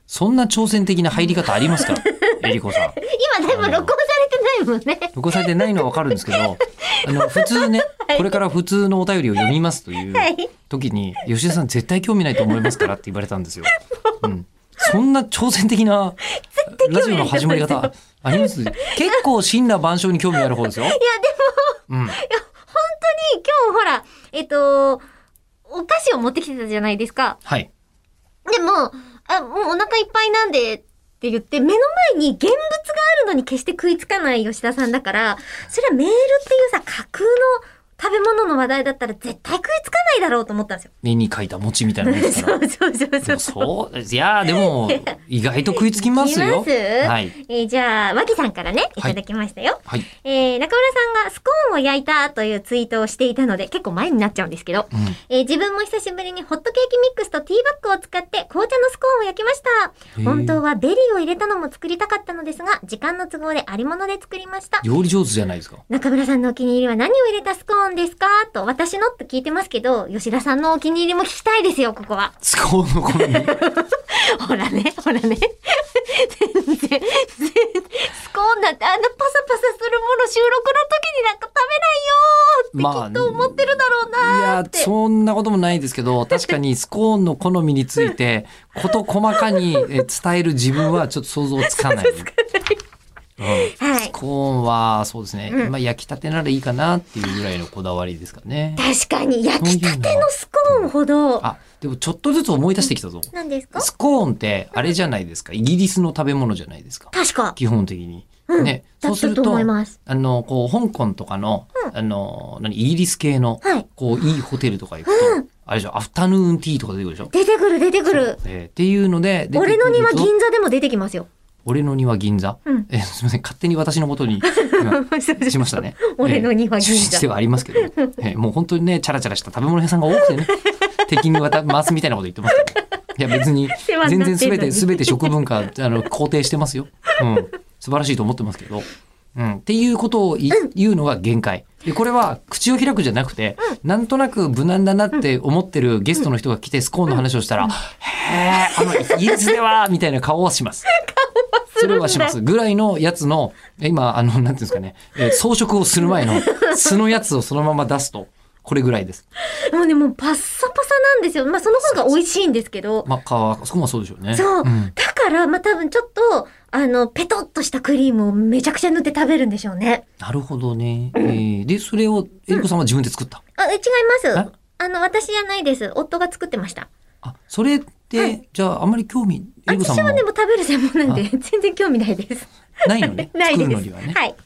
そんな挑戦的な入り方ありますかえりこさん。 今でも録音されてないもんね。 録音されてないのはわかるんですけど、普通ね、これから普通のお便りを読みますという時に、吉田さん絶対興味ないと思いますからって言われたんですよ。うん、そんな挑戦的なラジオの始まり方あります？結構森羅万象に興味ある方ですよ。いやでも、いや本当に今日ほらお菓子を持ってきてたじゃないですか。 はい。 でももうお腹いっぱいなんでって言って目の前に現物があるのに決して食いつかない吉田さんだから、それはメールっていうさ架空の食べ物の話題だったら絶対食いつかないだろうと思ったんですよ。 絵に描いた餅みたいなもんですから。そういやでも意外と食いつきますよ。 はい。じゃあ和木さんからねいただきましたよ。はい。中村さんがスコーンを焼いたというツイートをしていたので結構前になっちゃうんですけど、自分も久しぶりにホットケーキミックスとティーバッグを使って紅茶のスコーンを焼きました。本当はベリーを入れたのも作りたかったのですが時間の都合でありもので作りました。 料理上手じゃないですか。 中村さんのお気に入りは何を入れたスコーンですかと私のって聞いてますけど、吉田さんのお気に入りも聞きたいですよ、ここは。 スコーンの好みほらね全然スコーンなんてあんなパサパサするもの収録の時になんか食べないよってきっと思ってるだろうなって、 いやそんなこともないですけど、確かにスコーンの好みについて事細かに伝える自分はちょっと想像つかない。スコーンはそうですね、焼きたてならいいかなっていうぐらいのこだわりですかね。 確かに焼きたてのスコーンほど。 でもちょっとずつ思い出してきたぞ。 何ですか？ スコーンってあれじゃないですか、イギリスの食べ物じゃないですか。 確か基本的に、ね、そうするとこう香港とかの、イギリス系の、こういいホテルとか行くと、あれでしょ、アフタヌーンティーとか出てくるでしょ。 出てくる、 っていうので俺の庭銀座でも出てきますよ。 俺の庭銀座、すみません、勝手に私のことにしましたね。 俺の庭銀座出身地ではありますけど、もう本当にねチャラチャラした食べ物屋さんが多くてね敵に回すみたいなこと言ってますけど、いや別に全然全て食文化肯定してますよ。素晴らしいと思ってますけど、っていうことを言うのが限界で、これは口を開くじゃなくて、なんとなく無難だなって思ってるゲストの人が来てスコーンの話をしたら、へーイギリスではみたいな顔をします。それはしますぐらいのやつの今なんていうんですかね、装飾をする前の素のやつをそのまま出すとこれぐらいです。 もうね、もうパッサパサなんですよ。その方が美味しいんですけど。 そこもそうでしょうね。 そう、だから多分ちょっとペトッとしたクリームをめちゃくちゃ塗って食べるんでしょうね。 なるほどね。でそれをえりこさんは自分で作った？ 違います。私じゃないです。夫が作ってました。 それって、じゃああんまり興味、えりこさんも。 私はでも食べる専門なんで全然興味ないです。 ないのね。 ないです。 作るのにはね。 はい。